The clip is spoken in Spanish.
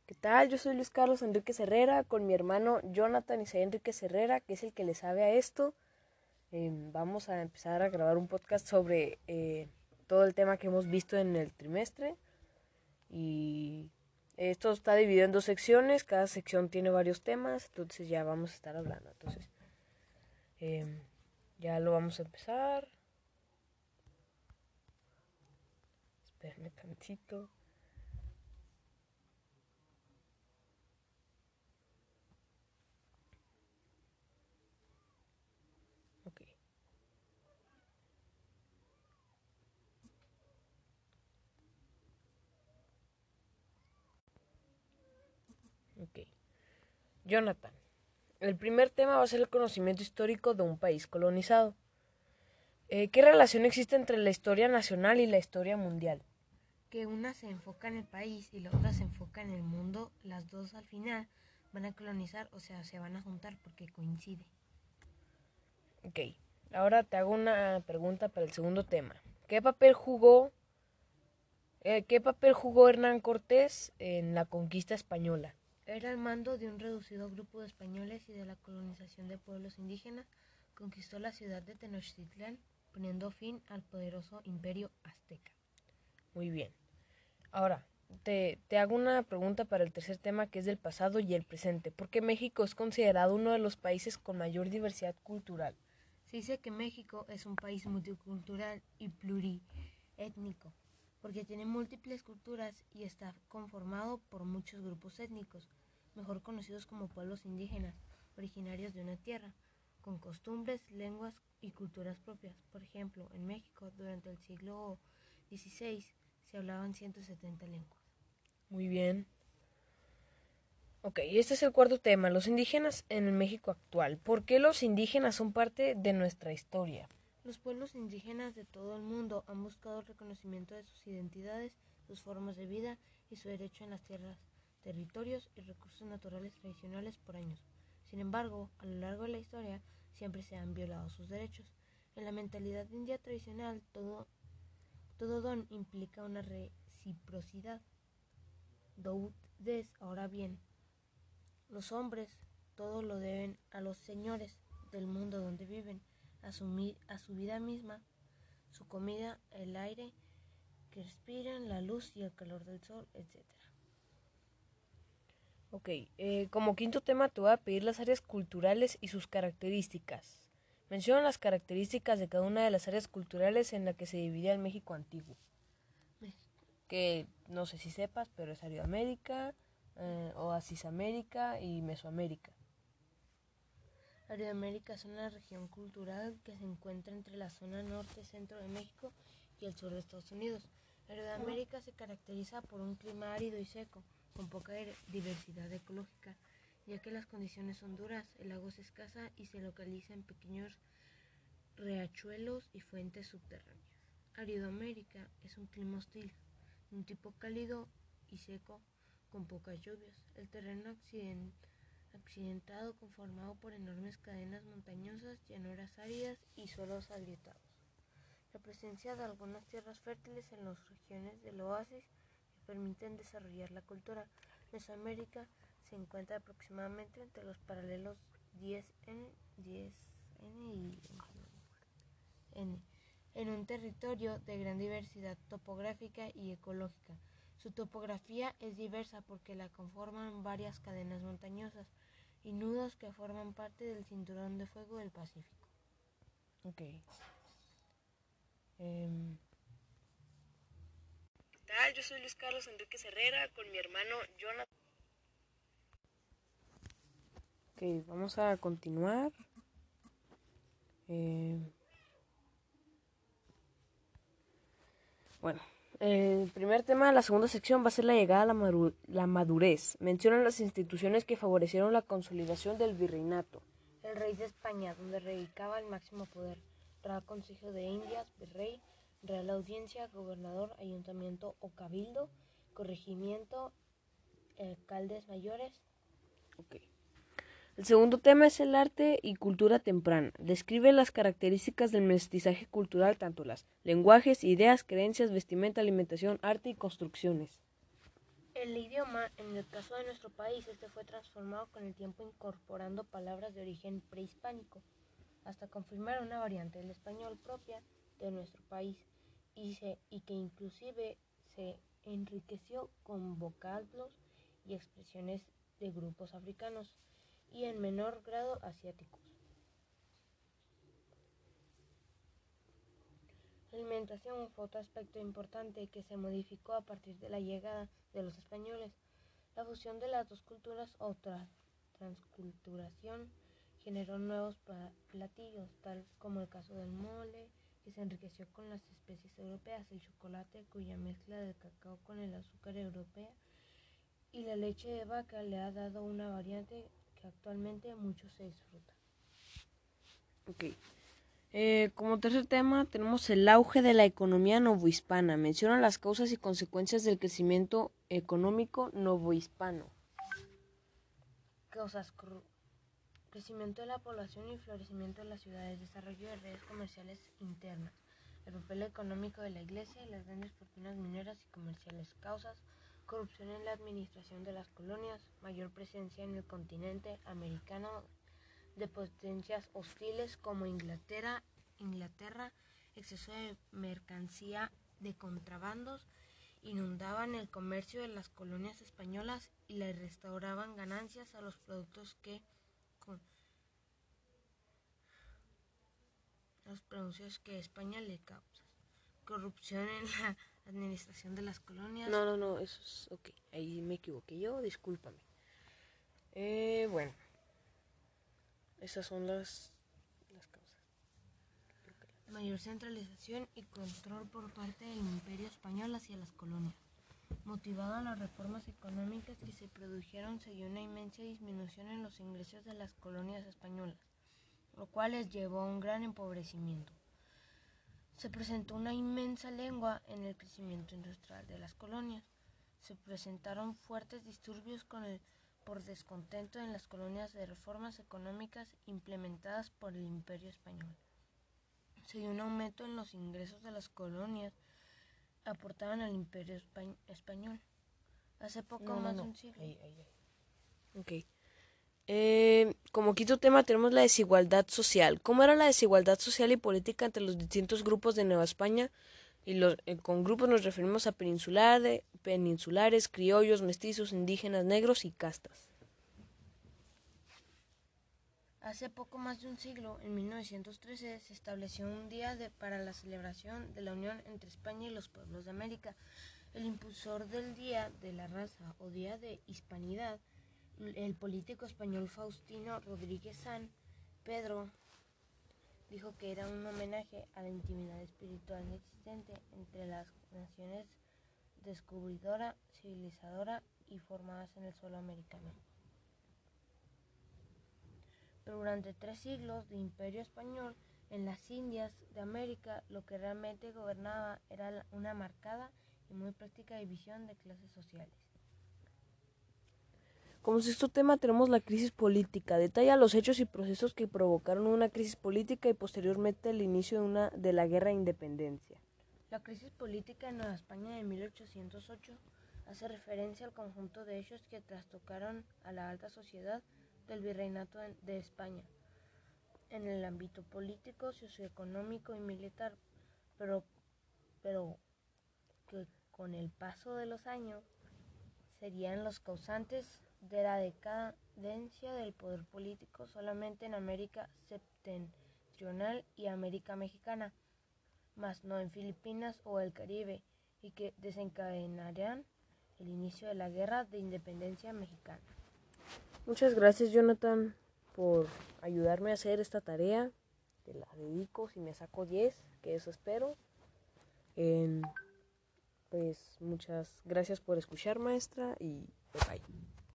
¿Qué tal? Yo soy Luis Carlos Enríquez Herrera con mi hermano Jonathan Isaí Enríquez Herrera, que es el que le sabe a esto. Vamos a empezar a grabar un podcast sobre todo el tema que hemos visto en el trimestre. Y esto está dividido en 2 secciones, cada sección tiene varios temas, entonces ya vamos a estar hablando. Entonces, ya lo vamos a empezar. Espérenme tantito. Ok. Ok. Jonathan. El primer tema va a ser el conocimiento histórico de un país colonizado. ¿Qué relación existe entre la historia nacional y la historia mundial? Que una se enfoca en el país y la otra se enfoca en el mundo, las dos al final van a colonizar, o sea, se van a juntar porque coincide. Ok, ahora te hago una pregunta para el segundo tema. ¿Qué papel jugó Hernán Cortés en la conquista española? Era el mando de un reducido grupo de españoles y de la colonización de pueblos indígenas, conquistó la ciudad de Tenochtitlán, poniendo fin al poderoso imperio azteca. Muy bien. Ahora, te hago una pregunta para el tercer tema, que es del pasado y el presente. ¿Por qué México es considerado uno de los países con mayor diversidad cultural? Se dice que México es un país multicultural y pluriétnico, porque tiene múltiples culturas y está conformado por muchos grupos étnicos, mejor conocidos como pueblos indígenas, originarios de una tierra, con costumbres, lenguas y culturas propias. Por ejemplo, en México, durante el siglo XVI, se hablaban 170 lenguas. Muy bien. Ok, este es el cuarto tema, los indígenas en el México actual. ¿Por qué los indígenas son parte de nuestra historia? Los pueblos indígenas de todo el mundo han buscado el reconocimiento de sus identidades, sus formas de vida y su derecho en las tierras, territorios y recursos naturales tradicionales por años. Sin embargo, a lo largo de la historia siempre se han violado sus derechos. En la mentalidad india tradicional, todo don implica una reciprocidad. Ahora bien, los hombres todo lo deben a los señores del mundo donde viven, a su vida misma, su comida, el aire que respiran, la luz y el calor del sol, etc. Ok, como quinto tema te voy a pedir las áreas culturales y sus características. Menciona las características de cada una de las áreas culturales en la que se dividía el México antiguo. Que no sé si sepas, pero es Arioamérica, Oasis América y Mesoamérica. Arioamérica es una región cultural que se encuentra entre la zona norte-centro de México y el sur de Estados Unidos. Arioamérica se caracteriza por un clima árido y seco, con poca diversidad ecológica, ya que las condiciones son duras, el agua es escasa y se localiza en pequeños riachuelos y fuentes subterráneas. Aridoamérica es un clima hostil, de un tipo cálido y seco, con pocas lluvias. El terreno accidentado conformado por enormes cadenas montañosas, llanuras áridas y suelos agrietados. La presencia de algunas tierras fértiles en las regiones del oasis que permiten desarrollar la cultura. Mesoamérica se encuentra aproximadamente entre los paralelos 10N y N, en un territorio de gran diversidad topográfica y ecológica. Su topografía es diversa porque la conforman varias cadenas montañosas y nudos que forman parte del cinturón de fuego del Pacífico. Ok. ¿Qué tal? Yo soy Luis Carlos Enríquez Herrera con mi hermano Jonathan. Ok, vamos a continuar. Bueno, el primer tema de la segunda sección va a ser la llegada a la madurez. Mencionan las instituciones que favorecieron la consolidación del virreinato. El rey de España, donde radicaba el máximo poder. Real Consejo de Indias, virrey. Real Audiencia, gobernador, ayuntamiento o cabildo. Corregimiento, alcaldes mayores. Ok. El segundo tema es el arte y cultura temprana. Describe las características del mestizaje cultural, tanto las lenguajes, ideas, creencias, vestimenta, alimentación, arte y construcciones. El idioma, en el caso de nuestro país, fue transformado con el tiempo incorporando palabras de origen prehispánico, hasta confirmar una variante del español propia de nuestro país y que inclusive se enriqueció con vocablos y expresiones de grupos africanos y en menor grado asiáticos. La alimentación fue otro aspecto importante que se modificó a partir de la llegada de los españoles. La fusión de las dos culturas o transculturación generó nuevos platillos, tal como el caso del mole, que se enriqueció con las especies europeas, el chocolate, cuya mezcla del cacao con el azúcar europea, y la leche de vaca le ha dado una variante que actualmente mucho se disfruta. Ok. Como tercer tema tenemos el auge de la economía novohispana. Menciona las causas y consecuencias del crecimiento económico novohispano. Causas: crecimiento de la población y florecimiento de las ciudades, desarrollo de redes comerciales internas, el papel económico de la iglesia y las grandes fortunas mineras y comerciales. Causas: corrupción en la administración de las colonias, mayor presencia en el continente americano de potencias hostiles como Inglaterra, exceso de mercancía de contrabandos, inundaban el comercio de las colonias españolas y le restauraban ganancias a los productos que España le causa. Corrupción en la administración de las colonias. No, eso es ok. Ahí me equivoqué yo, discúlpame. Bueno, esas son las causas. Mayor centralización y control por parte del Imperio Español hacia las colonias. Motivado a las reformas económicas que se produjeron, se dio una inmensa disminución en los ingresos de las colonias españolas, lo cual les llevó a un gran empobrecimiento. Se presentó una inmensa lengua en el crecimiento industrial de las colonias. Se presentaron fuertes disturbios por descontento en las colonias de reformas económicas implementadas por el Imperio Español. Se dio un aumento en los ingresos de las colonias aportaban al Imperio Español. Hace poco más de un siglo. Ok. Como quinto tema tenemos la desigualdad social. ¿Cómo era la desigualdad social y política entre los distintos grupos de Nueva España? Y con grupos nos referimos a peninsulares, criollos, mestizos, indígenas, negros y castas. Hace poco más de un siglo, en 1913, se estableció un día para la celebración de la unión entre España y los pueblos de América. El impulsor del Día de la Raza o Día de Hispanidad, el político español Faustino Rodríguez San Pedro, dijo que era un homenaje a la intimidad espiritual existente entre las naciones descubridora, civilizadora y formadas en el suelo americano. Pero durante 3 siglos de imperio español en las Indias de América, lo que realmente gobernaba era una marcada y muy práctica división de clases sociales. Como sexto tema tenemos la crisis política. Detalla los hechos y procesos que provocaron una crisis política y posteriormente el inicio de la guerra de independencia. La crisis política en Nueva España de 1808 hace referencia al conjunto de hechos que trastocaron a la alta sociedad del virreinato de España en el ámbito político, socioeconómico y militar, pero que con el paso de los años serían los causantes de la decadencia del poder político solamente en América septentrional y América mexicana, más no en Filipinas o el Caribe, y que desencadenarían el inicio de la guerra de independencia mexicana. Muchas gracias, Jonathan, por ayudarme a hacer esta tarea. Te la dedico si me saco 10, que eso espero. Pues muchas gracias por escuchar, maestra, y bye.